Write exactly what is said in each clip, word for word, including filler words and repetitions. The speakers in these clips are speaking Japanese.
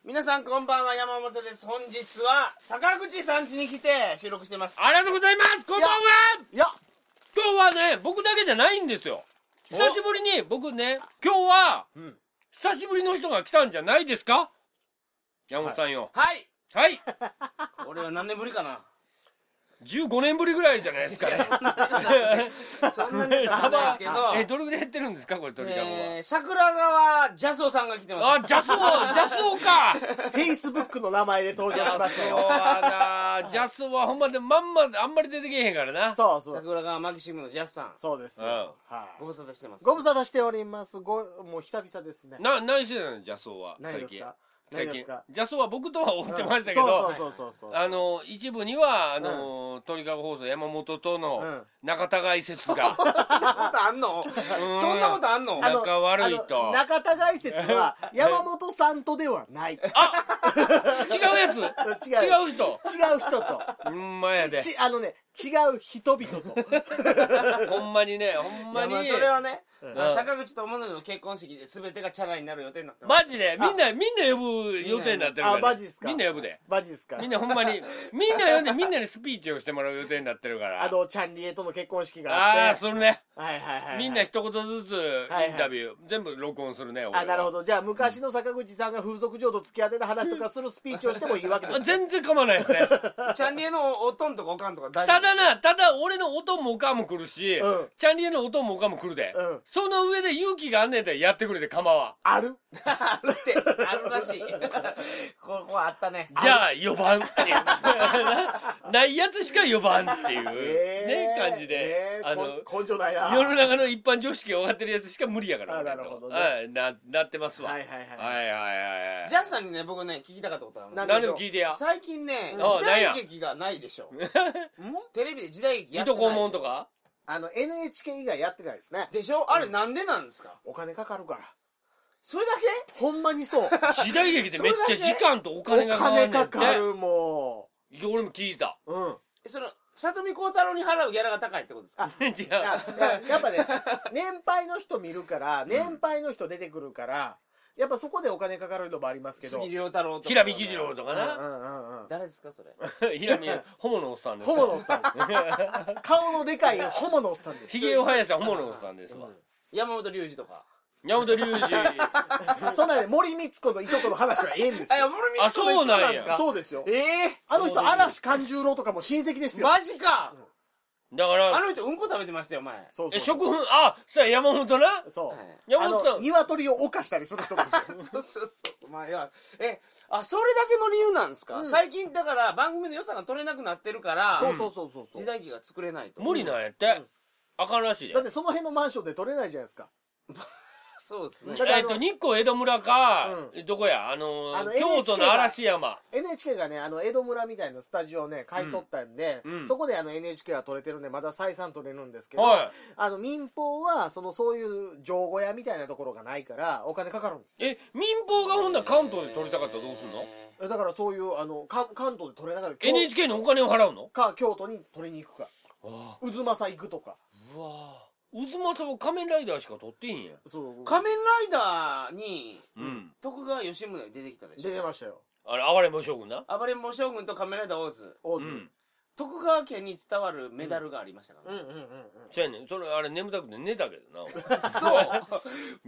皆さんこんばんは、山本です。本日は坂口さん家に来て収録してます。 ありがとうございます。こんばんは。 いや今日はね、僕だけじゃないんですよ。久しぶりに僕ね、今日は、うん、久しぶりの人が来たんじゃないですか、山本さんよ。 はいはい、 これは何年ぶりかな。 じゅうごねんぶりぐらいじゃないですかね。 そんなにはないですけど。 え、どれぐらい減ってるんですか、これ、鳥かごは。 えー、桜川ジャスオさんが来てます。 あ、ジャスオ、ジャスオか。 フェイスブックの名前で登場しましたよ。 そうはな、ジャスオはほんまでまんまあんまり出てけへんからな。 そうそう。 桜川マキシムのジャスさん。 そうですよ。 うん、 はい。 ご無沙汰してます。 ご無沙汰しております。ご、もう久々ですね。 な、何してたの、ジャスオは。 何ですか。 最近ジャスオは僕とは思ってましたけど、 そうそうそうそう、 あの一部にはあの鳥かご放送山本との仲違い説が、 そんなことあんの？そんなことあんの？ 仲悪いと。 仲違い説は山本さんとではない。 あ、違うやつ？違う人？ 違う人と。 ほんまやで。 あのね、違う人々と。 ほんまにね、ほんまに。 それはね、坂口とモノの結婚式で全てがチャラになる予定になってます。マジでみんなみんな呼ぶ予定になってるから。 あ、マジっすか。 みんな呼ぶで。 マジっすか。 みんなほんまにみんな呼んでみんなにスピーチをしてもらう予定になってるから。 あのチャンリエとの結婚式があって。 ああ、するね。 はいはいはい。 みんな一言ずつインタビュー全部録音するね。 あ、なるほど。じゃあ昔の坂口さんが風俗嬢と付き合ってた話とかするスピーチをしてもいいわけです。 全然構わないですね。 チャンリエのおとんとかおかんとか大丈夫。ただな、ただ俺のおとんもおかんも来るし、チャンリエのおとんもおかんも来るで。その上で勇気があんねんでやってくれて構わん。 あるあるってあるらしい。ここあったね。 じゃあよばんっていうないやつしかよばんっていうね感じで、 あの根性ないな。 世の中の一般常識が分かってるやつしか無理やから。 なるほどね。ななってますわ。 はいはいはいはいはいはい。 ジャスさんにね、僕ね聞きたかったことある。 何でも聞いてや。 最近ね、時代劇がないでしょ。テレビで時代劇やってない。 水戸黄門とかあの エヌエイチケー 以外やってないですね。 でしょ。あれなんでなんですか。 お金かかるから。 それだけ？ ほんまにそう。 時代劇でめっちゃ時間とお金がかかる。 お金かかる、もう。俺も聞いた。 うん。 その里見光太郎に払うギャラが高いってことですか？ 違う。 やっぱね、年配の人見るから、年配の人出てくるから、やっぱそこでお金かかるのもありますけど。 杉良太郎とか。 平見喜次郎とかな。 誰ですかそれ？ 平見、ホモのおっさんです。 ホモのおっさんです。顔のでかいホモのおっさんです。 ひげを生やしたホモのおっさんですわ。 山本龍二とか。 山本龍二。 そんなね、森光子のいとこの話はええんですよ。 あ、森光子のいとこなんですか？ そうですよ。 ええ。 あの人、嵐勘十郎とかも親戚ですよ。 マジか。 だからあの人うんこ食べてましたよ前。 そうそう。 え、食粉、あ、そうや、山本な。 そう。 山本さん。 鶏を犯したりする人ですよ。 そうそうそう。まあいや、え、あ、それだけの理由なんですか？最近だから番組の予算が取れなくなってるから。 そうそうそうそう。 時代劇が作れないと。 無理なんやって。あかんらしいで。 だってその辺のマンションで取れないじゃないですか。 そうですね。 えっと日光江戸村かどこや、あの京都の嵐山。 エヌエイチケー がね、あの江戸村みたいなスタジオをね買い取ったんで、そこであの エヌエイチケー は取れてるんでまだ再三取れるんですけど、あの民放はそのそういう上小屋みたいなところがないからお金かかるんですよ。 え、民放がほんなら関東で取りたかったらどうするの？ だからそういうあの関東で取れなかったエヌエイチケー のお金を払うのか京都に取りに行くか渦政行くとか。 うわ渦政は仮面ライダーしか撮っていいんや。 仮面ライダーに徳川吉宗出てきたでしょ。 出てましたよ。 あれ暴れん坊将軍な。 暴れん坊将軍と仮面ライダーオーズ。 オーズ。 徳川家に伝わるメダルがありましたからね。うんうんうんうん。 そうやねん。それあれ眠たくて寝たけどな。そう。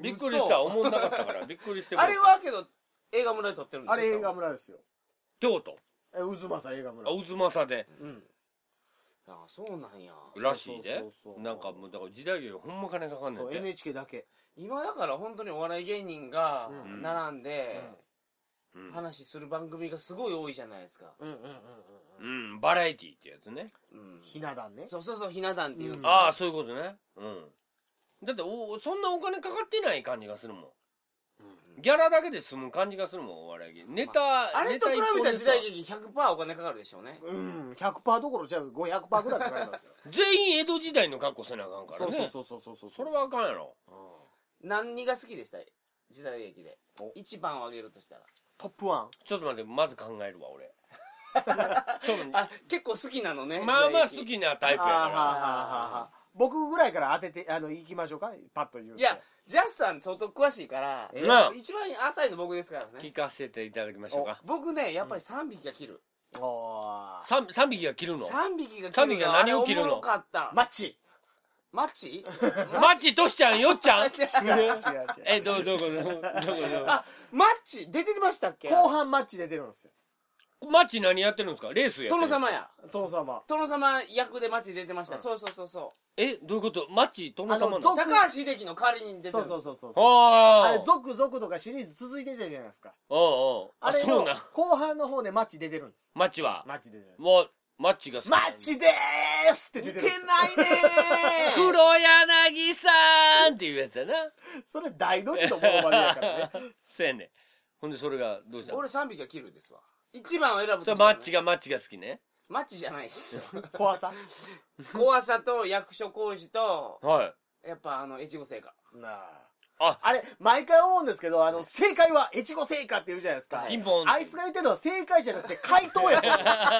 びっくりした。思んなかったからびっくりして。 あれはけど映画村で撮ってるんですよ。 あれ映画村ですよ。 京都。 え、渦政映画村。 あ、渦政で。 うん。あ、そうなんや。 らしいで。なんかもうだから時代劇ほんま金かかんない。 そう エヌエイチケー だけ。 今だから本当にお笑い芸人が並んで話する番組がすごい多いじゃないですか。 うんうんうんうん。うん、バラエティーってやつね。 ひな壇ね。 そうそうそう、ひな壇っていう。 ああ、そういうことね。うん。だっておそんなお金かかってない感じがするもん。ギャラだけで済む感じがするもん、お笑い芸人。ネタ、 あれと比べた時代劇 ひゃくパーセント お金かかるでしょうね。 うん、ひゃくパーセント どころじゃごひゃくパーセントぐらいかかりますよ。 全員江戸時代の格好せなあかんからね。 そうそうそうそう。 それはあかんやろ。 何が好きでした時代劇で。一番をあげるとしたら。 トップワン。 ちょっと待って、まず考えるわ、俺。 あ、結構好きなのね。 まあまあ好きなタイプやから。 僕ぐらいから当てて、あの、行きましょうかパッと言う。 いや、 ジャスさん相当詳しいから、 えー一番浅いの僕ですからね。 聞かせていただきましょうか。 僕ね、やっぱりさんびきが切る。 あ 3, 三匹が切るの？ さんびきが切るの。 さんびきが何を切るの？ あれおもろかった。 マッチマッチマッチトシちゃんよっちゃん違う違う違うえ、どうどこどこどこどこあ、マッチ出てましたっけ？ 後半マッチ出てるんですよ。 マッチ何やってるんですか？レースやってるんですか？ 殿様や。 殿様。 殿様役でマッチ出てました。そうそうそうそう。 え、どういうこと？マッチ殿様なの？ 族高橋秀樹の代わりに出てる。 そうそうそうそう。 ああれ、続々とかシリーズ続いてたじゃないですか。 おうおうあれのそうな。 後半の方でマッチ出てるんです。 マッチはマッチ出てる。 もう、マッチが好きマッチでーすって出てるんですよ。 いけないねー黒柳さんっていうやつやな。 それ大の字のモノマネやからね。 そうやねん。ほんでそれがどうしたの？ 俺さんびきが切るですわ。一番を選ぶとそれしたらねマッチがマッチが好きね。 マッチじゃないですよ。 怖さ怖さと役所広司と、 はい。 やっぱあの、越後製菓。 なあ。 あ、 あれ、毎回思うんですけど、あの、正解は越後製菓って言うじゃないですか。 ピンポン。 あいつが言ってるのは正解じゃなくて回答やもん。 いや、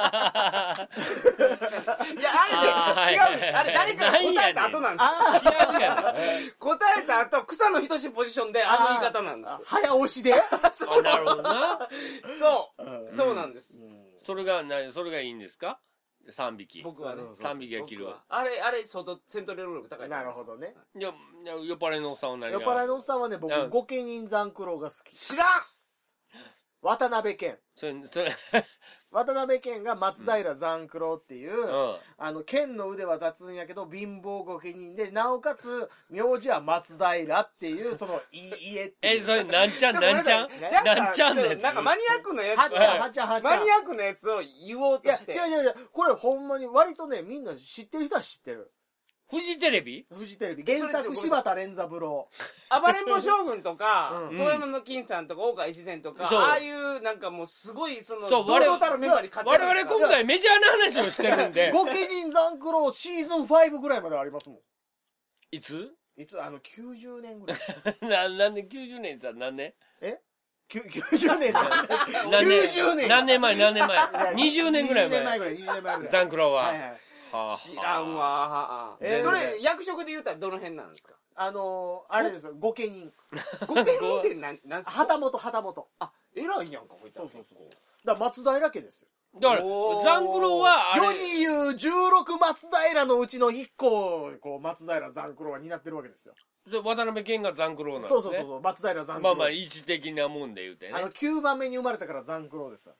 あれで、違うんです。あれ、誰かが答えた後なんですよ。 違うやろ。 答えた後、草野仁ポジションであの言い方なんですよ。 早押しであ、なるほどな。 そう。そうなんです。 それが、な、それがいいんですか？さんびき。 僕はね。 さんびきが切るわ。 あれ、あれ、相当、戦闘力力高い。 なるほどね。 いや、いや酔っ払いのおっさんは何が酔っ払いのおっさんはね、僕う、ん御家人残九郎が好き。 知らん渡辺謙。 それ、それ、 渡辺謙が松平残九郎っていう、 うん。 あの、剣の腕は立つんやけど、貧乏御家人で、なおかつ、名字は松平っていう、その、い家っていう。 え、それ、なんちゃん、なんちゃんジャスさなんちゃんのやつなんかマニアックなやつはっちゃん、はっちゃん、はっちゃん。 マニアックなやつを言おういや、 として。 違う違う違う。これほんまに割とね、みんな知ってる人は知ってる。 フジテレビ？ フジテレビ。原作柴田連三郎。 暴れん坊将軍とか、 うん遠山の金さんとか、大川越前とか、 そうああいう、なんかもうすごい、その、 そう堂々たるメンバーに勝ってるんですか我々今回メジャーな話をしてるんで。 御家人残九郎シーズンファイブぐらいまでありますもん。 いつ？ いつ、あの、きゅうじゅうねんぐらい。 な、なんできゅうじゅうねんさ、何年？ えきゅきゅうじゅうねん何きゅうじゅうねん何年前何年前にじゅうねんぐらい前。 にじゅうねんまえぐらい、にじゅうねんまえぐらい。 ザンクロは。 はいはい。 はあ知らんわ。 えーそれ、役職で言うたらどの辺なんですか？ あのー、あれですよ、御家人。 御家人って何、何すか？ 旗本、旗本。 あ、偉いやんか、こいつ。 そうそうそう。だから松平家ですよ。 だから、 おーザンクロは、あれ世に言うじゅうろく松平のうちのいっこを、こう、松平残九郎は担ってるわけですよ。 それ渡辺謙がザンクロなんですね。 そうそうそうそう、松平残九郎。 まあまあ、位置的なもんで言うてね。 あの、きゅうばんめに生まれたから残九郎ですよ。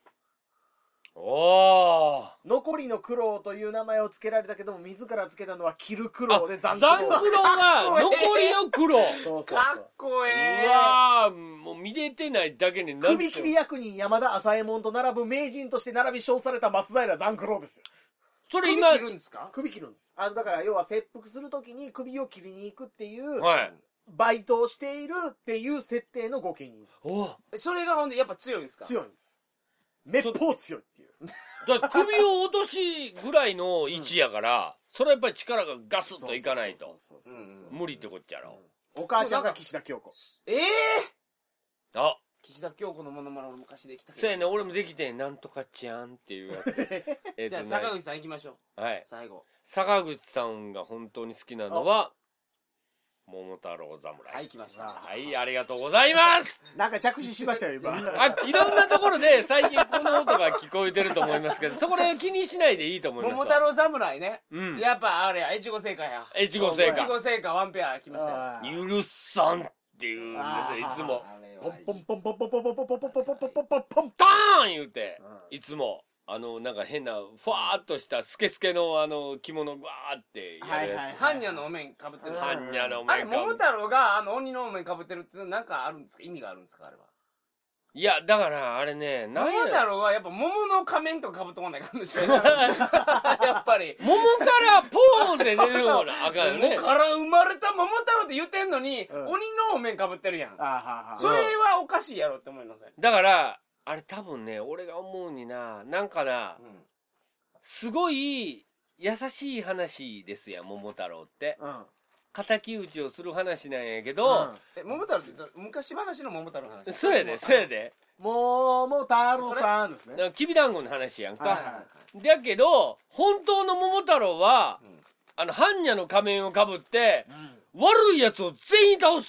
おー。 残りの九郎という名前を付けられたけども、自ら付けたのは切る九郎でザ残九郎。 ンクロが残りの黒。うそうそうかっそう。 こええ。 わー、もう見れてないだけになん首切り役人山田朝右衛門と並ぶ名人として並び称された松平残九郎ですよ。 それ今、 首切るんですか？ 首切るんです。あの、だから要は切腹するときに首を切りに行くっていう、 はい。 バイトをしているっていう設定の御家人。 おそれがほんでやっぱ強いんですか？ 強いんです。めっぽう強いっていう。 だから首を落としぐらいの位置やから、それはやっぱり力がガスッといかないと。 そうそうそうそう無理ってこっちゃろ。 お母ちゃんが岸田京子。 ええあ、 岸田京子のものまね俺昔できたけど。 そうやね、俺もできてん、なんとかちゃんっていうやつ。えっじゃあと坂口さん行きましょう。 はい。 最後。 坂口さんが本当に好きなのは、桃太郎侍。 はい、来ました。 はい、ありがとうございますなんか着信しましたよ、今。 あ、いろんなところで最近この音が聞こえてると思いますけど、そこで気にしないでいいと思いますわ。 桃太郎侍ね。 うん。 やっぱあれや、越後製菓や。 越後製越菓。 後製菓ワンペア来ましたよ。 あーゆるさんっていうんですあーよ、いつも。 あれはポンポンポンポンポンポンポンポンポンポンポンポンポンポンポンポン。 ドーン言うて、 ういつも、あの、なんか変な、ふわーっとしたスケスケのあの、着物ぐわーってやるはいはいやつ。 般若のお面かぶってる。 般若のおあれ、 面かぶ桃太郎があの鬼のお面かぶってるってなんかあるんですか？意味があるんですか？あれは。 いや、だから、あれね、なん桃太や。 郎はやっぱ桃の仮面とかかぶっとかないかんのじゃないやっぱり。 桃からポーンって出てるもんな、あかんよね。 桃から生まれた桃太郎って言ってんのに、 うん鬼のお面かぶってるやん。 あーはーはーそれはおかしいやろって思いません？ だから、あれ多分ね、俺が思うにな、なんかな、 うんすごい優しい話ですやん、桃太郎って。 うん。 敵討ちをする話なんやけど、 え、桃太郎って昔話の桃太郎の話？ そうやで、そうやで。 桃太郎さんですねだ。からきびだんごの話やんはいはいか。 はいだけど、本当の桃太郎は、 うんあの、般若の仮面をかぶって、 うん悪い奴を全員倒すと。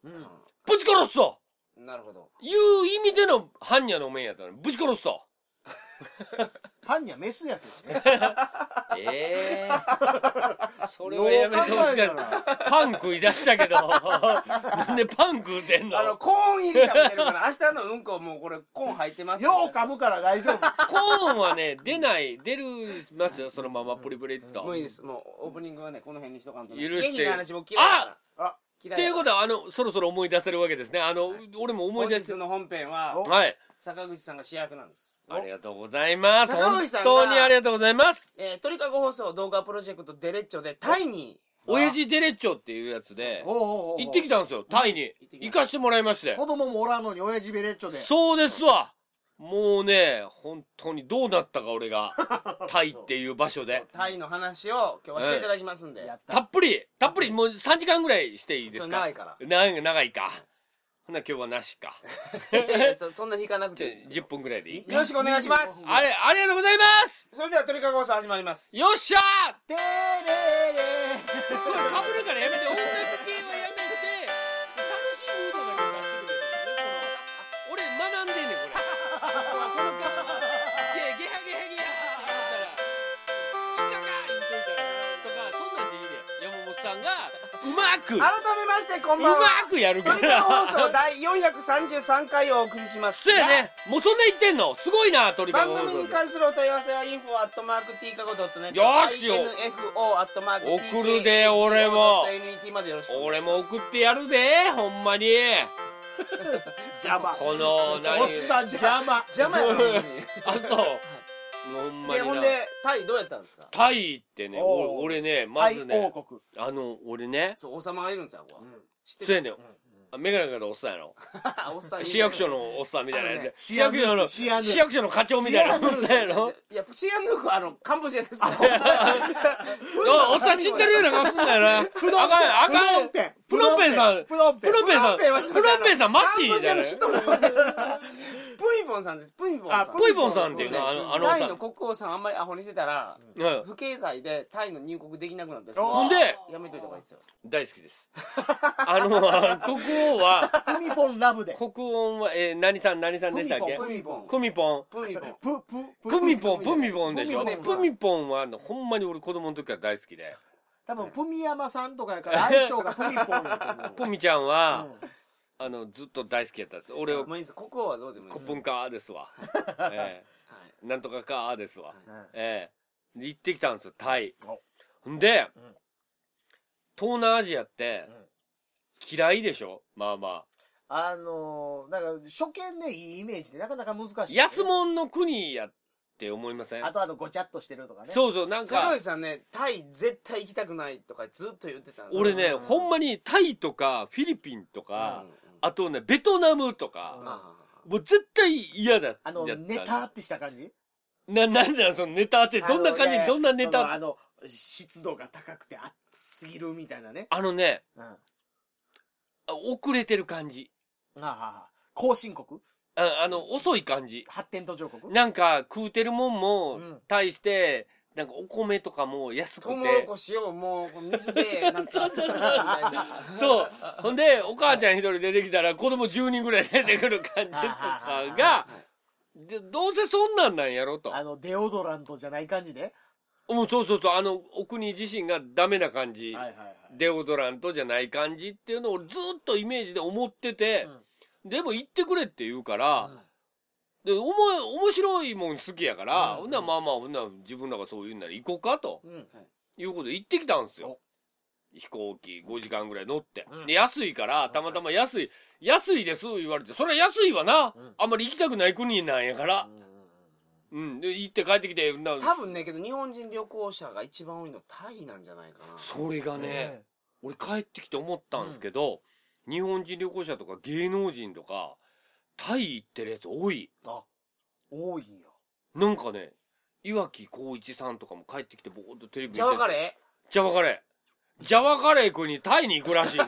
うん、 ぶち殺すとなるほどいう意味での般若の面やったのにぶち殺すと般若メスやけどねええー、それはやめてほしかったパン食い出したけどなんでパン食うてんのあのコーン入り食べてるから明日のうんこもうこれコーン入ってますよう噛むから大丈夫コーンはね出ない出るますよそのままプリプリっともういいですもうオープニングはねこの辺にしとかんと、ね、 許して元気な話も嫌いだからあっていうことはあのそろそろ思い出せるわけですねあの、はい、俺も思い出して本日の本編は、 はい、 坂口さんが主役なんです。 ありがとうございます。 坂口さんが本当にありがとうございます。 えー、鳥かご放送動画プロジェクトデレッチョでタイに親父デレッチョっていうやつで行ってきたんですよタイに行かしてもらいまして子供もおらんのに親父デレッチョでそうですわもうね本当にどうなったか俺がタイっていう場所でタイの話を今日はしていただきますんで、 うん、たっぷりたっぷりもうさんじかんぐらいしていいですか長いから長い長いかほな今日はなしかいや そ, そんなにいかなくていいですじゅっぷんぐらいでいいよろしくお願いしますあれありがとうございますそれでは鳥かご放送始まりますよっしゃーてれれこれかぶるからやめて音楽系はやめて楽しいムードだけ出してくれ俺学んでんねんこれこの曲ゲゲハゲハゲハって言ったら「いかが!」言っといたらとかそんなんでいいね山本さんがうまく改めましてこんばんはうまくやるから鳥かご放送第よんひゃくさんじゅうさんかいをお送りしますそうやねもうそんな言ってんのすごいな鳥かご放送番組に関するお問い合わせは インフォ アットマーク ティーカゴ ドットネットよーしよインフォ アットマーク ティーカゴ送るで俺もエヌイーティー までよろしくお願い俺しますも送ってやるでほんまに邪魔この何おっさん邪魔邪魔やなあそうほんまになほんでタイどうやったんですかタイってねお俺ねまずねタイ王国あの俺ねそう王様がいるんですよここ、うん、知ってそうやねんメガネかけたおっさんやろおっさん市役所のおっさんみたいなやつ、 ね、 市役所の市役所の課長みたいなおっさんやろいやシアンヌークはあのカンボジアですからおっさん知ってるような顔すんだよなプノンペンあかんプノンペンさんプノンペンプノンペンさんプノンペンさんマッチカンボジアのじゃない首都なんですプイボンさんですプイボンさんプイボンさんっていうのあのあのタイの国王さんあんまりアホにしてたら、 うん、 不敬罪でタイの入国できなくなったんですほんでやめといた方がいいですよ大好きですあの国王はプミポンラブで国王は、えー、何さん何さんでしたっけプミポンプミポンプミポンプププミポンプミポンでしょプミポンプミポンはほんまに俺子供の時から大好きで多分プミヤマさんとかやから相性がプミポンやと思うプミちゃんは、 うんあのずっと大好きやったんです俺は国王はどうでもいいですコップンカーですわ、えー、なんとかカーですわ、はい、えー、で行ってきたんですよタイんで、うん、東南アジアって、うん、嫌いでしょまあまああのー、だから初見でいいイメージでなかなか難しい、ね、 安物の国やって思いませんあとあとごちゃっとしてるとかねそうそうなんか坂口さんねタイ絶対行きたくないとかずっと言ってたん俺ね、うん、ほんまにタイとかフィリピンとか、うんあとねベトナムとか、うん、もう絶対嫌だあのネタってした感じな、なんだよそのネタってどんな感じどんなネタあの湿度が高くて熱すぎるみたいなねあのね、うん、遅れてる感じああ後進国ああの遅い感じ発展途上国なんか食うてるもんも対して、うんなんかお米とかも安くてトウモロコシをもう水でなんか溶かしたみたいなそうほんでお母ちゃん一人出てきたら子供じゅうにんぐらい出てくる感じとかがでどうせそんなんなんやろとあのデオドラントじゃない感じでもうそうそうそうあのお国自身がダメな感じ、はいはいはい、デオドラントじゃない感じっていうのをずっとイメージで思ってて、うん、でも言ってくれって言うから、うんでおも面白いもん好きやから、うん、ほんならまあまあほんなら自分らがそう言うんなら行こうかと、うん、いうことで行ってきたんですよ飛行機ごじかんぐらい乗って、うん、で安いからたまたま安い安いです言われてそれは安いわな、うん、あんまり行きたくない国なんやから、うん、うん、で行って帰ってきて多分ねけど日本人旅行者が一番多いのタイなんじゃないかなそれがね、えー、俺帰ってきて思ったんですけど、うん、日本人旅行者とか芸能人とかタイ行ってるやつ多い。 あ、多いんや。 なんかね、岩城浩一さんとかも帰ってきてぼーっとテレビ見て。 ジャワカレージャワカレー。ジャワカレー食いにタイに行くらしいね。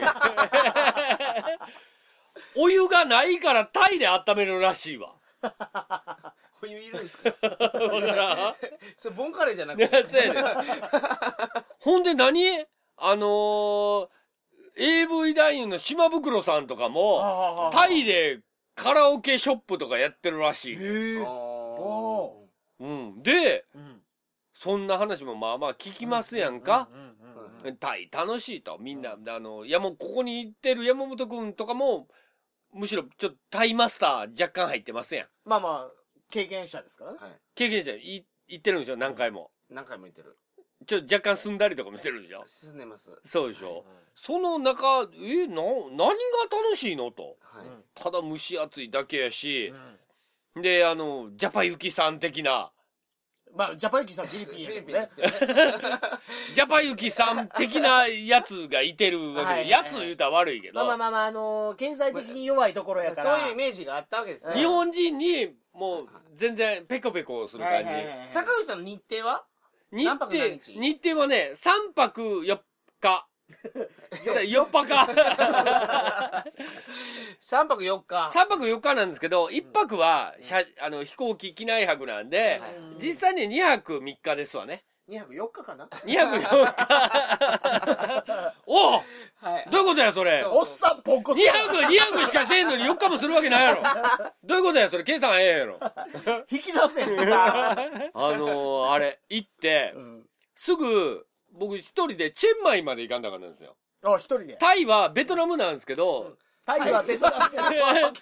お湯がないからタイで温めるらしいわ。 お湯いるんですかわからんそれボンカレーじゃなくて。 そうやね。ほんで何あのー、 エーブイ 男優の島袋さんとかも、タイでカラオケショップとかやってるらしい。へー。うん。で、うん、そんな話もまあまあ聞きますやんか。タイ楽しいと。みんな、あの、いやもうここに行ってる山本くんとかも、むしろちょっとタイマスター若干入ってますやん。 まあまあ、経験者ですからね。はい、 経験者、い、行ってるんでしょ何回も。 何回も行ってる。 ちょっと若干住んだりとかもしてるでしょ住んでます。 そうでしょ、はい、その中、え、な、何が楽しいのと。はい、ただ蒸し暑いだけやし、うん、で、あの、ジャパユキさん的な、 まあ、ジャパユキさんフィリピンやけどね。 ジャパユキさん的なやつがいてるわけで、やつ言うたら悪いけど。 まあまあまあ、あのー、経済的に弱いところやから。 そういうイメージがあったわけですね。 日本人に、もう、全然ペコペコする感じ。 坂口さんの日程は日程、日程はね、さんぱくよっか。よっぱか。 さんぱくよっか。 さんぱくよっかなんですけど、いっぱくは、あの、飛行機機内泊なんで、実際ににはくみっかですわね。 にはくよっかかな ? にはくよっか。おう、はい、どういうことや、それ。 おっさんポンコツ。 にはく、にはくしかせんのによっかもするわけないやろ。どういうことや、それ、計算ええやろ。 引き出せんな。あのー、あれ、行って、うん、すぐ、僕一人でチェンマイまで行かんだからなんですよ。 あ、一人で。 タイはベトナムなんですけど、うん、 タイはベトナムじゃない。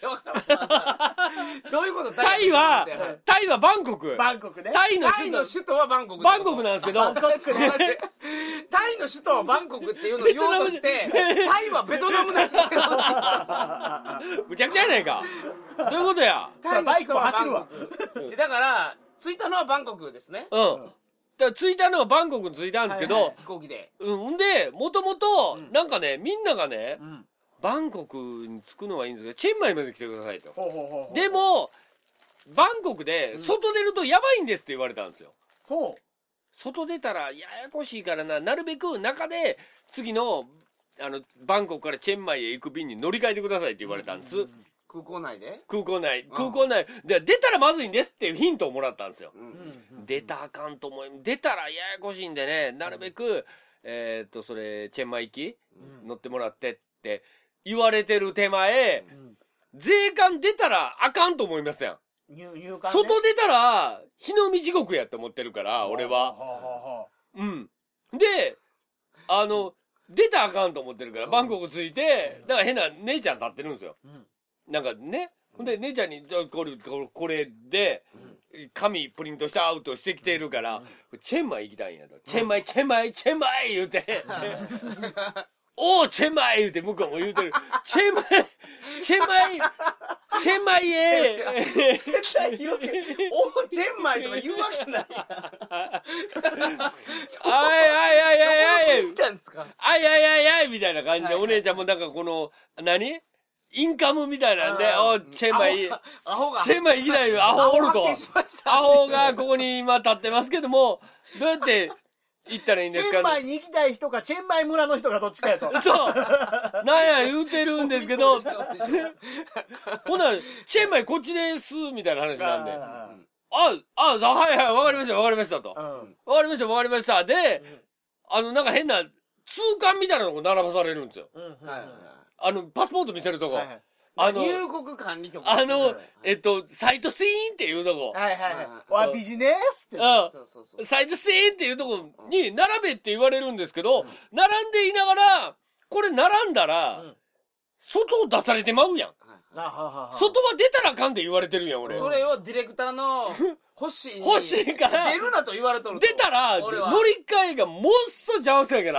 どういうことタイは、タイはバンコク。 バンコクね。 タイの首都はバンコク。 バンコクなんですけど、 タイの首都はバンコクっていうのを言おうとして、タイはベトナムなんですけど。 むちゃくちゃやないか。どういうことや。 タイの首都は走るわ。 だから、着いたのはバンコクですね。 うん。だから着いたのはバンコクに着いたんですけど、 飛行機で。 うん。で、もともと、なんかね、みんながね、バンコクに着くのはいいんですけど、チェンマイまで来てくださいと。でも、バンコクで、外出るとやばいんですって言われたんですよ。 そう。 外出たらややこしいからな、なるべく中で、次の、あの、バンコクからチェンマイへ行く便に乗り換えてくださいって言われたんです。 空港内で空港内。空港内。で、出たらまずいんですっていうヒントをもらったんですよ。出たらあかんと思い、出たらややこしいんでね、なるべく、えっと、それ、チェンマイ行き乗ってもらってって言われてる手前、税関出たらあかんと思いますやん。外出たら、日の見地獄やって思ってるから、俺は。うん。で、あの、出たらあかんと思ってるから、バンコク着いて、だから変な姉ちゃん立ってるんですよ。なんかね。ほんで、姉ちゃんに、これ、これで、紙プリントしてアウトしてきてるから、チェンマイ行きたいんやと。チェンマイ、チェンマイ、チェンマイ言うて、おー、チェンマイ言うて向こうも言うてる。チェンマイ、チェンマイ、チェンマイへ絶対言うけど、おー、チェンマイとか言うわけないやん。 あいあいあいあいあい。 見たんですか？ あいあいあいあいみたいな感じで、お姉ちゃんもなんかこの、何インカムみたいなんで、おチェンマイ、 アホが。 チェンマイ行きたいよ、アホおると。アホがここに今立ってますけども、どうやって行ったらいいんですか？ チェンマイに行きたい人か、チェンマイ村の人がどっちかやと。 そう。なんや言うてるんですけど、ほな、チェンマイこっちです、みたいな話なんで。あ、あ、はいはい、わかりました、わかりましたと。わかりました、わかりました。で、あの、なんか変な、通関みたいなのが並ばされるんですよ。あの、パスポート見せるとこ。 あの、入国管理局。 あの、えっと、サイトシーンっていうとこ。 はいはいはい。わ、ビジネスって。 うん。サイトシーンっていうとこに並べって言われるんですけど、並んでいながら、これ並んだら、外を出されてまうやん。外は出たらあかんって言われてるやん、俺。 それをディレクターの、欲しい。 欲しいから。 出るなと言われとる。 出たら、乗り換えがもっそ邪魔そうやから。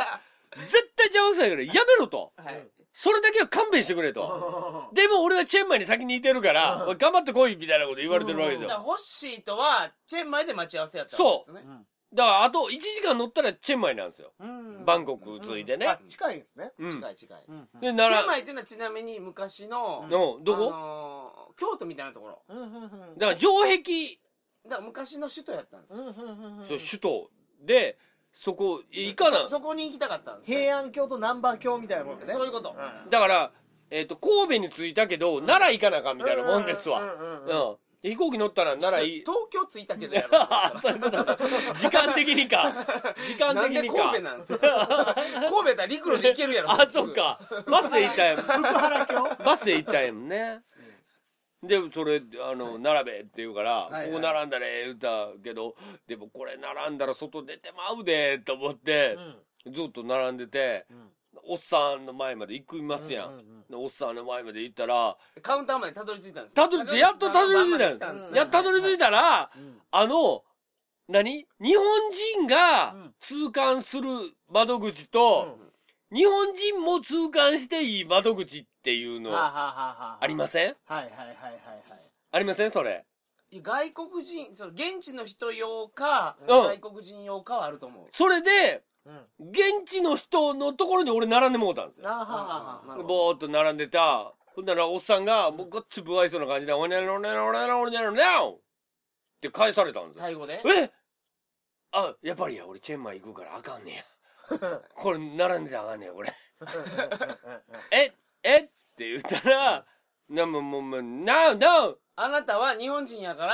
絶対邪魔そうやから、やめろと。はい。それだけは勘弁してくれと。でも俺はチェンマイに先にいてるから、頑張ってこいみたいなこと言われてるわけですよ。 だからホッシーとは、チェンマイで待ち合わせやったんですね。そう。 だからあといちじかん乗ったらチェンマイなんですよ。バンコク着いてね。 近いですね。 近い近い。チェンマイっていうのはちなみに昔の、 どこ？ 京都みたいなところ。 だから城壁。 だから昔の首都やったんですよ。 首都で、そこ、行かな。 そこに行きたかったんです。 平安京と南蛮京みたいなもんですね。 そういうこと。 だから、えっと、神戸に着いたけど、奈良行かなあかんみたいなもんですわ。 飛行機乗ったらならいい。 東京着いたけどやろ。 そういうことか。時間的にか。時間的にか。 なんで神戸なんですよ。神戸やったら陸路で行けるやろ。 あ、そっか。バスで行ったんやもん。 福原京バスで行ったんやもんね。で、それ、あの、並べって言うから、ここ並んだね、言ったけど、でもこれ並んだら外出てまうで、と思って、ずっと並んでて、おっさんの前まで行きますやん。おっさんの前まで行ったら、 カウンターまでたどり着いたんですたどり着いて、やっとたどり着いたんです。やっとたどり着いたら、あの、何日本人が通関する窓口と、日本人も通関していい窓口っていうの、ありません？ はいはいはいはいはい。 ありませんそれ。 外国人、その現地の人用か、外国人用かはあると思う。 それで、現地の人のところに俺並んでもうたんですよ。ぼーっと並んでた。ほんならおっさんが、もうごっつ不愛想な感じで、おにゃろにゃろにゃろにゃろにゃろって返されたんですよ。 タイ語で？ えあ、やっぱりや、俺チェンマイ行くからあかんねや。これ並んでたらあかんねや、これ。ええって言ったら、な、もう、もう、もう、な、な、 あなたは日本人やから、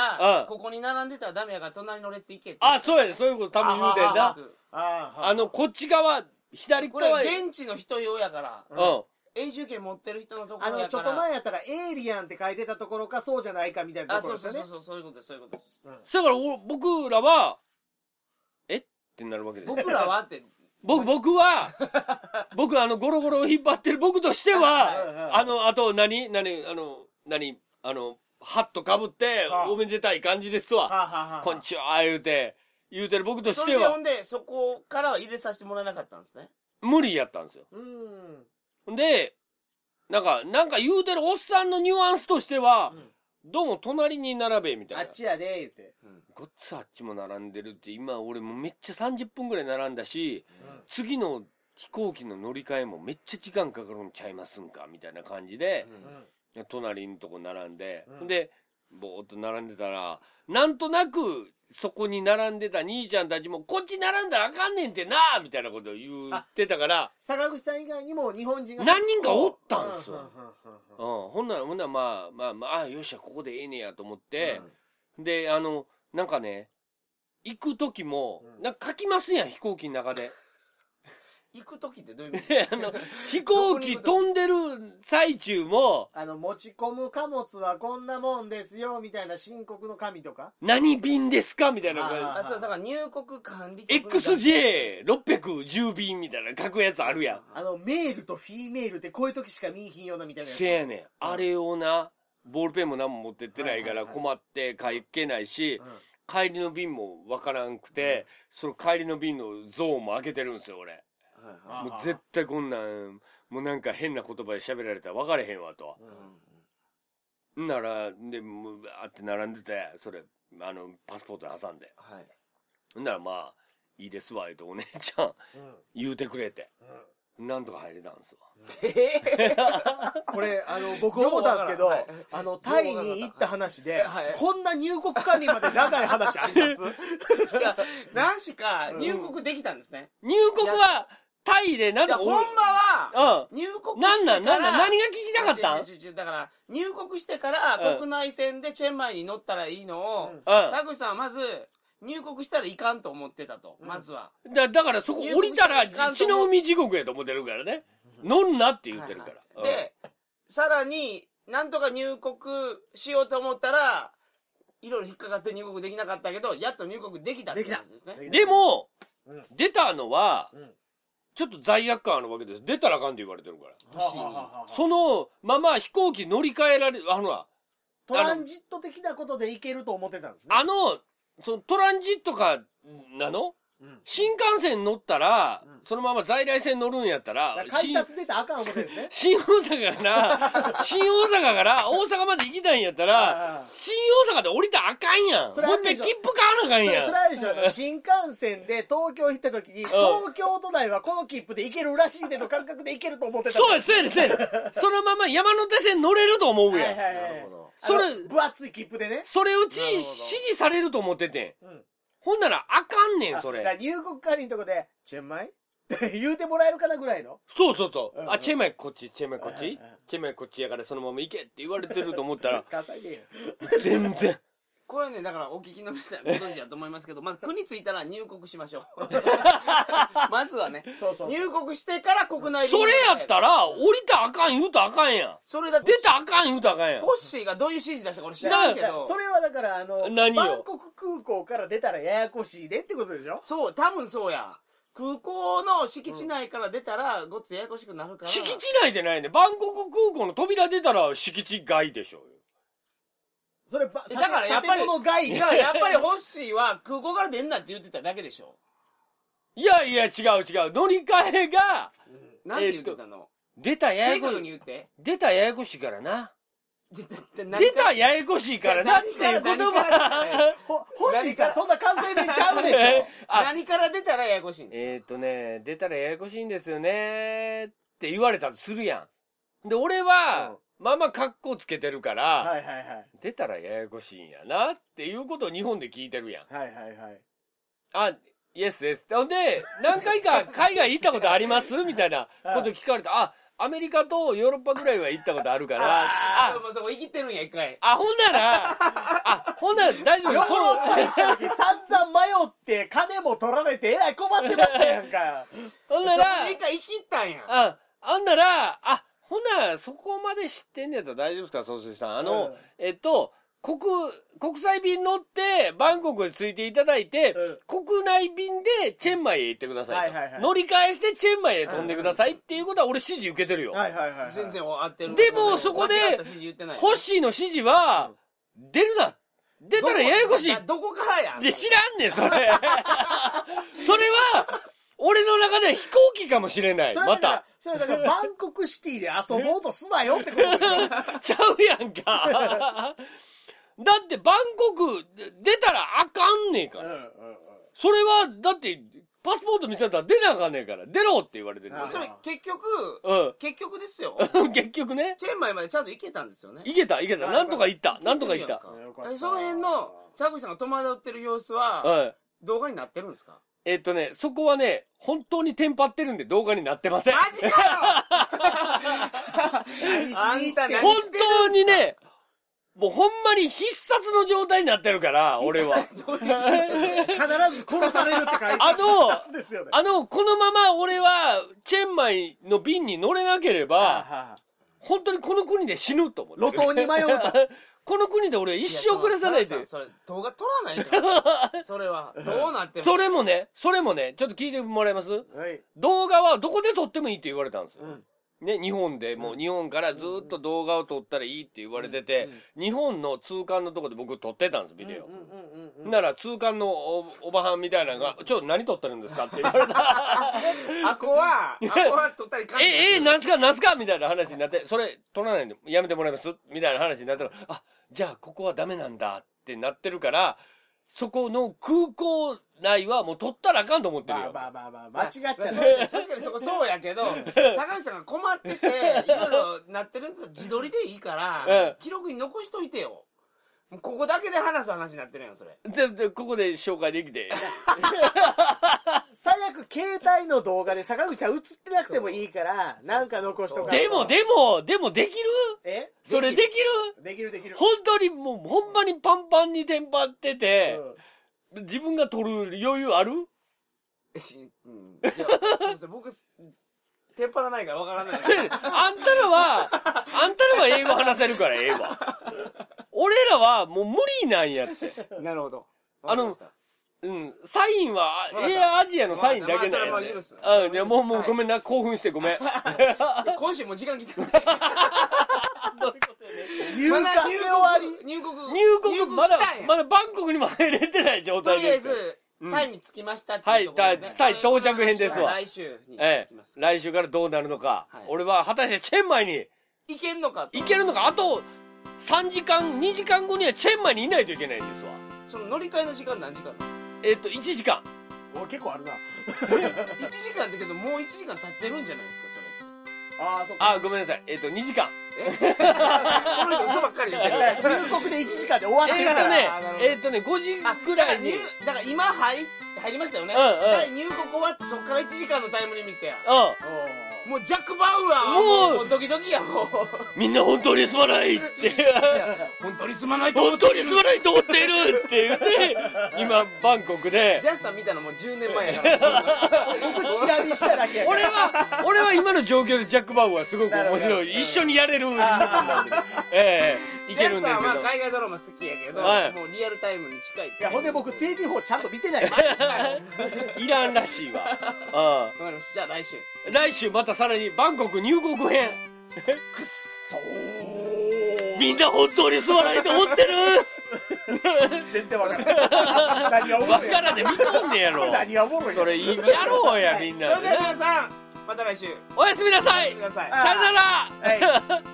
ここに並んでたらダメやから隣の列行けって。 あ、そうやで、そういうこと多分言うてんだ。あの、こっち側、左側。 これ現地の人用やから。うん。永住権持ってる人のところやから。 あの、ちょっと前やったら、エイリアンって書いてたところか、そうじゃないかみたいなところですよね。 あ、そうそうそう、そういうことです、そういうことです。 だから、僕らは、えってなるわけです。 僕らはって。 僕、僕は、僕、あの、ゴロゴロを引っ張ってる僕としては、あの、あと、何何あの、何あの、ハットかぶって、おめでたい感じですわ。こんにちは、言うて、言うてる僕としては。それで、ほんで、そこからは入れさせてもらえなかったんですね。 無理やったんですよ。うん。で、なんか、なんか言うてるおっさんのニュアンスとしては、うん、どうも隣に並べ、みたいな。 あっちやで、言うて。 うん、ごっつあっちも並んでるって、今俺もめっちゃさんじゅっぷんぐらい並んだし、うん、次の飛行機の乗り換えもめっちゃ時間かかるんちゃいますんかみたいな感じで、うん、隣のとこ並んで、うん、で、ぼーっと並んでたら、なんとなく、そこに並んでた兄ちゃんたちも、こっち並んだらあかんねんってなみたいなことを言ってたから、 坂口さん以外にも日本人が何人かおったんすよ。うん、ほんなら、ほんならまあ、まあ、まあ、あよっしゃ、ここでええねやと思って、うん、で、あの、なんかね、行く時も、なんか書きますやん、飛行機の中で。 行く時ってどういう意味？ あの、飛行機飛んでる最中も、 あの、持ち込む貨物はこんなもんですよ、みたいな申告の紙とか。 何便ですかみたいな。 あ、そう、だから入国管理局。 エックスジェーろっぴゃくじゅう 便みたいな書くやつあるやん。 あの、メールとフィーメールってこういう時しか見えひんようなみたいなやつ。 せやねん。あれをな、ボールペンも何も持ってってないから困って書けないし、帰りの便もわからんくて、その帰りの便のゾーンも開けてるんですよ、俺。もう絶対こんなん、もうなんか変な言葉で喋られたら分かれへんわと。うん、なら、で、もう、あって並んでて、それ、あの、パスポート挟んで。はい。ならまあ、いいですわ、言うとお姉ちゃん、うん、言うてくれて。うん、なんとか入れたんですわ。 えー、これ、あの、僕思ったんですけど、はい、あの、タイに行った話で、はい、こんな入国管理まで長い話ありますいや、何しか入国できたんですね。 うん、入国は、タイでなんかほんまは、入国してから、 なんなんなんなん何が聞きたかったんだから、入国してから国内線でチェンマイに乗ったらいいのを、佐口さんはまず、入国したらいかんと思ってたと、まずは。 だだからそこ降りたら、血の海地獄やと思ってるからね。乗んなって言ってるから。 で、さらに、なんとか入国しようと思ったら、いろいろ引っかかって入国できなかったけど、やっと入国できたって話ですね。 でも、出たのは、ちょっと罪悪感あるわけです。出たらあかんって言われてるから。そのまま飛行機乗り換えられる、あのは。 トランジット的なことで行けると思ってたんですね。 あの、そのトランジットか、なの、うん、新幹線乗ったら、うん、そのまま在来線乗るんやったら、 改札出たらあかん思ってですね。 新大阪から、新大阪から大阪まで行きたいんやったら、新大阪で降りたらあかんやん。それほんで切符買わなあかんやん。 それあれでしょ、新幹線で東京行った時に、東京都内はこの切符で行けるらしいでの感覚で行けると思ってた。 そうです、そうです、そうです。そのまま山手線乗れると思うやん。はいはいはい。 それ、分厚い切符でね。 それうち指示されると思っててん。うん、ほんならあかんねん、それ。 入国管理のとこで、チェンマイ言うてもらえるかなぐらいの。 そうそうそう。うんうん、あ、チェンマイこっち、チェンマイこっち、チェンマイこっちやからそのまま行けって言われてると思ったら、全然。 これね、だからお聞きの皆さんご存知だと思いますけど、まず国着いたら入国しましょう。まずはねそうそう、入国してから国内それやったら、降りたらあかん言うたらあかんやん。それだって出たらあかん言うたらあかんやん。 ホッシーがどういう指示出したか俺知らんけど。 それはだから、あの、バンコク空港から出たらややこしいでってことでしょ。 そう、多分そうや。空港の敷地内から出たら、ごっつややこしくなるから。 敷地内でないね。バンコク空港の扉出たら敷地外でしょ。 それば、 だからやっぱり、やっぱりホッシーは空港から出んなって言ってただけでしょ。 いやいや、違う違う。乗り換えが、 うん、なんて言ってたの、 えー、出たややこしい。 に言って。 出たややこしいからな。 出たややこしいからなっていう言葉。 ホッシーさん、そんな関西弁ちゃうでしょ。 何から出たらややこしいんですか。 えーっとね、出たらややこしいんですよねって言われたとするやん。で、俺は、うんまあまあ格好つけてるから、はいはいはい、出たらややこしいんやなっていうことを日本で聞いてるやん。はいはいはい。あ、イエスです。ほんで、何回か海外行ったことありますみたいなこと聞かれた。あ、アメリカとヨーロッパぐらいは行ったことあるから。 あ、あ、もうそこ生きてるんや、一回。 あ、ほんなら、あ、ほんなら大丈夫。 ヨーロッパ行った時散々迷って、金も取られてえらい困ってましたやんか。 ほんなら、そこで一回生きったんや。 あ、あんなら、あ、ほんなら、そこまで知ってんねやったら大丈夫ですか、総帥さん。あの、うん、えっと、国、国際便乗って、バンコクに着いていただいて、うん、国内便でチェンマイへ行ってくださいと、はいはいはい。乗り換えしてチェンマイへ飛んでくださいっていうことは俺指示受けてるよ。はいはいはいはい、 全然合ってる。 でも、そこで、ホッシーの指示は、うん、出るな。出たらややこしい。 どこからやん。 で、知らんねん、それ。それは、俺の中では飛行機かもしれない。また。 それだからバンコクシティで遊ぼうとすなよってことでしょ。 ちゃうやんか。だってバンコク出たらあかんねえから。うんうんうん、それは、だって、パスポート見せたら出なあかんねえから、出ろって言われてる。 それ結局、うん、結局ですよ。 結局ね。 チェンマイまでちゃんと行けたんですよね。 行けた、行けた。なんとか行った。なんとか行った。 その辺の、坂口さんが戸惑ってる様子は、はい、動画になってるんですか？ えっとね、そこはね、本当にテンパってるんで動画になってません。 マジかよあんた本当にね、もうほんまに必殺の状態になってるから、俺は。 必ず殺されるって書いてある。 あの、あの、このまま俺は、チェンマイの便に乗れなければ、本当にこの国で死ぬと思う。 路頭に迷うと。 この国で俺一生暮らさないで。 それ、動画撮らないから。それは。どうなってるの？ それもね、それもね、ちょっと聞いてもらえます？はい。動画はどこで撮ってもいいって言われたんですよ。うん、ね、日本で、もう日本からずっと動画を撮ったらいいって言われてて、うん、日本の通関のとこで僕撮ってたんです、ビデオ。なら通関の お, おばはんみたいなのが、ちょ、何撮ってるんですかって言われた。 あこは、あこは撮ったりかんない。 え、え、なんすか、なんすかみたいな話になって、それ撮らないんでやめてもらいますみたいな話になったら、あ、じゃあここはダメなんだってなってるから、そこの空港内はもう取ったらあかんと思ってるよ。 まあまあまあまあ、間違っちゃう。 確かにそこそうやけど、坂口さんが困ってて、いろいろなってるんです自撮りでいいから、うん、記録に残しといてよ。ここだけで話す話になってるやん、それ。 で、で、ここで紹介できて。 最悪、携帯の動画で坂口さん映ってなくてもいいから、なんか残しとか。 でも、でも、でもできる？え？それできる？ できるできる。 本当にもう、ほんまにパンパンにテンパってて、うん、自分が撮る余裕ある？うん。いや、すみません、僕、テンパらないからわからない。 あんたらは、あんたらは英語話せるからええわ。俺らはもう無理なんやって。 なるほど。 あの、うん、サインは、エアアジアのサインだけなんや、ね。うん、いや、もう、もうごめんな、興奮してごめん。 今週も時間来てる。 どういうことやね。入国で終わり。 入国。 入国、まだ、まだバンコクにも入れてない状態です。とりあえず、タイに着きましたっていうところですね。はい、タイ到着編ですわ。 来週に着きます。 来週からどうなるのか。俺は果たしてチェンマイに行けんのか。 行けるのか。あと、さんじかん、にじかんごにはチェンマイにいないといけないんですわ。 その乗り換えの時間何時間なんですか？ えっと、いちじかん。お、結構あるな。いちじかんってけど、もういちじかん経ってるんじゃないですか、それ。 ああ、そっか。 あ、ごめんなさい。えっと、にじかん。 えこの人嘘ばっかり言ってる。 入国でいちじかんで終わってるから。えっとね、えっとね、ごじぐらいに。 だから今入入りましたよね。 うんうん第入国終わってそっからいちじかんのタイムリミットや。 うんもうジャック・バウアーはもうドキドキやもう。 みんな本当にすまないって本当にすまないと思って本当にすまないと思っているって言って今バンコクでジャスさん見たのもうじゅうねんまえやから僕チラ見しただけやから俺は俺は今の状況でジャック・バウアーはすごく面白い一緒にやれる部分なんでええいジャスけるんですけどさんは海外ドラマ好きやけど、 はいもうリアルタイムに近いっていやほんで僕 ティービーフォー ちゃんと見てないいらんらしいわあわかりました。じゃあ来週来週またさらにバンコク入国編くっそーみんな本当にすまないと思ってる全然わからない何がおもわろいからんで見とんねやろ何がおもろいそれやろうやみんなそれではでね皆さんまた来週おやすみなさおやいすみなさい。 さよならはい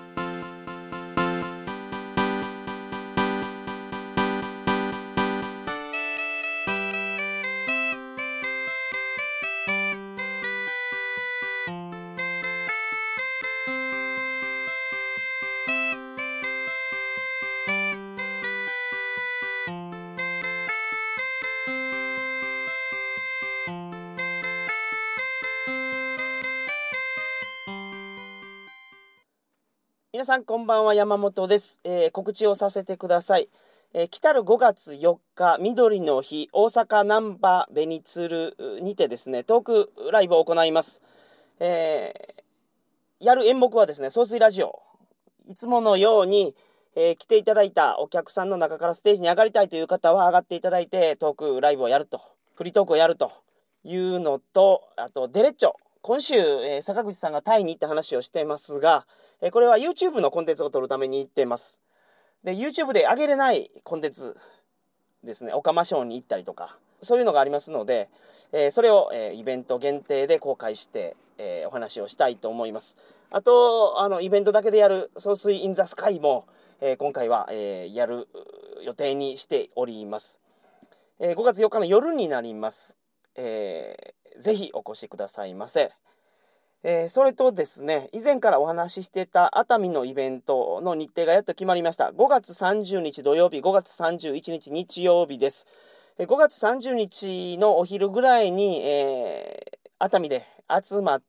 皆さんこんばんは、山本です、えー告知をさせてください、えー来たるごがつよっか緑の日大阪難波ベニツルにてですねトークライブを行います、えーやる演目はですね総水ラジオいつものように、えー来ていただいたお客さんの中からステージに上がりたいという方は上がっていただいてトークライブをやるとフリートークをやるというのとあとデレッチョ今週、えー坂口さんがタイに行った話をしていますが、えーこれは YouTube のコンテンツを撮るために行っています。で YouTube で上げれないコンテンツですね、オカマショーに行ったりとかそういうのがありますので、えーそれを、えーイベント限定で公開して、えーお話をしたいと思います。あとあのイベントだけでやる総水インザスカイも、えー今回は、えーやる予定にしております。えーごがつよっかの夜になります。えーぜひお越しくださいませ。えーそれとですね、以前からお話ししてた熱海のイベントの日程がやっと決まりました。ごがつさんじゅうにち土曜日、ごがつさんじゅういちにち日曜日です。えーごがつさんじゅうにちのお昼ぐらいに、えー熱海で集まって、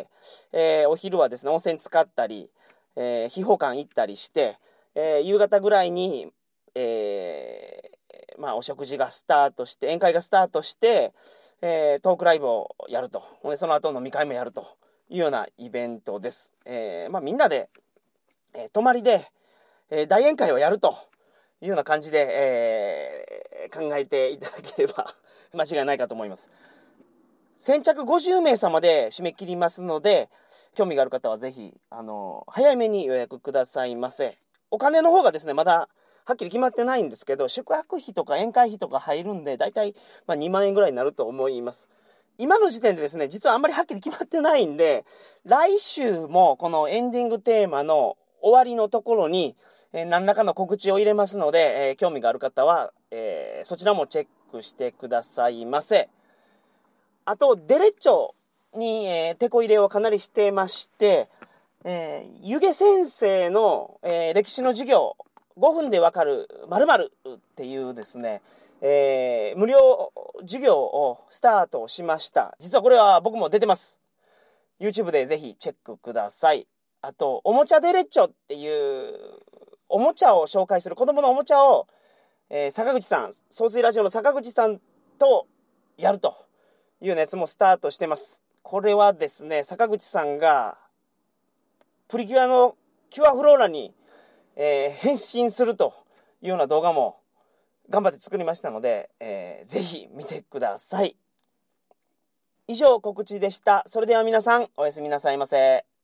えーお昼はですね、温泉使ったり、えー、秘宝館行ったりして、えー夕方ぐらいに、えーまあ、お食事がスタートして、宴会がスタートして、えートークライブをやると。でその後飲み会もやるというようなイベントです。えーまあ、みんなで、えー泊まりで、えー大宴会をやるというような感じで、えー考えていただければ間違いないかと思います。先着ごじゅうめいさまで締め切りますので、興味がある方はぜひ、あの、早めに予約くださいませ。お金の方がですね、まだはっきり決まってないんですけど、宿泊費とか宴会費とか入るんで、だいたいまあにまんえんぐらいになると思います。今の時点でですね、実はあんまりはっきり決まってないんで、来週もこのエンディングテーマの終わりのところに、えー何らかの告知を入れますので、えー興味がある方は、えーそちらもチェックしてくださいませ。あと、デレッチョに、えー、テこ入れをかなりしてまして、えー、湯気先生の、えー歴史の授業、ごふんでわかる〇〇っていうですね、えー無料授業をスタートしました。実はこれは僕も出てます。YouTube でぜひチェックください。あと、おもちゃデレッチョっていうおもちゃを紹介する子供のおもちゃを、えー坂口さん、総水ラジオの坂口さんとやるというようなやつもスタートしてます。これはですね、坂口さんがプリキュアのキュアフローラに、えー変身するというような動画も頑張って作りましたので、えーぜひ見てください。以上告知でした。それでは皆さんおやすみなさいませ。